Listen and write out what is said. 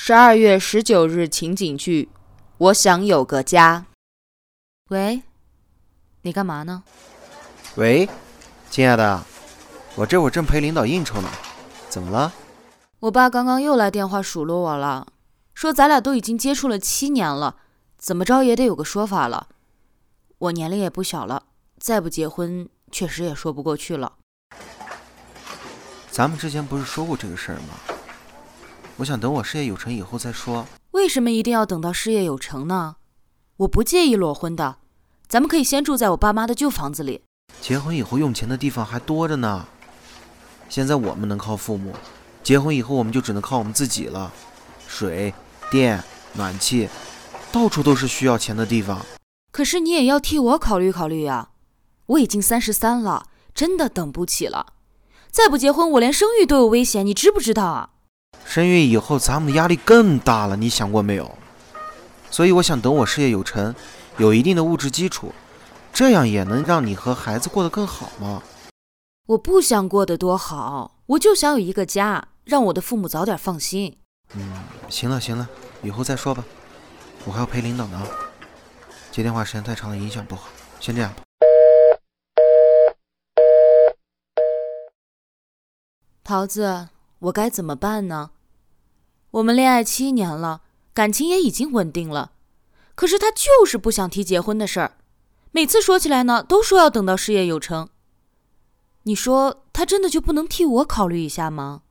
12月19日情景剧，我想有个家。 喂，你干嘛呢？ 喂，亲爱的，我这会儿正陪领导应酬呢，怎么了？ 我爸刚刚又来电话数落我了，说咱俩都已经接触了7年了，怎么着也得有个说法了。我年龄也不小了，再不结婚确实也说不过去了。 咱们之前不是说过这个事儿吗？我想等我事业有成以后再说。 为什么一定要等到事业有成呢？我不介意裸婚的，咱们可以先住在我爸妈的旧房子里。 结婚以后用钱的地方还多着呢。现在我们能靠父母，结婚以后我们就只能靠我们自己了。水电暖气到处都是需要钱的地方。 可是你也要替我考虑考虑呀，我已经33了，真的等不起了。再不结婚我连生育都有危险，你知不知道啊？ 生育以后咱们的压力更大了，你想过没有？所以我想等我事业有成，有一定的物质基础，这样也能让你和孩子过得更好嘛。 我不想过得多好，我就想有一个家，让我的父母早点放心。 行了，以后再说吧，我还要陪领导呢。接电话时间太长了，影响不好，先这样吧。 桃子，我该怎么办呢？我们恋爱7年了，感情也已经稳定了，可是他就是不想提结婚的事儿，每次说起来呢，都说要等到事业有成。你说他真的就不能替我考虑一下吗？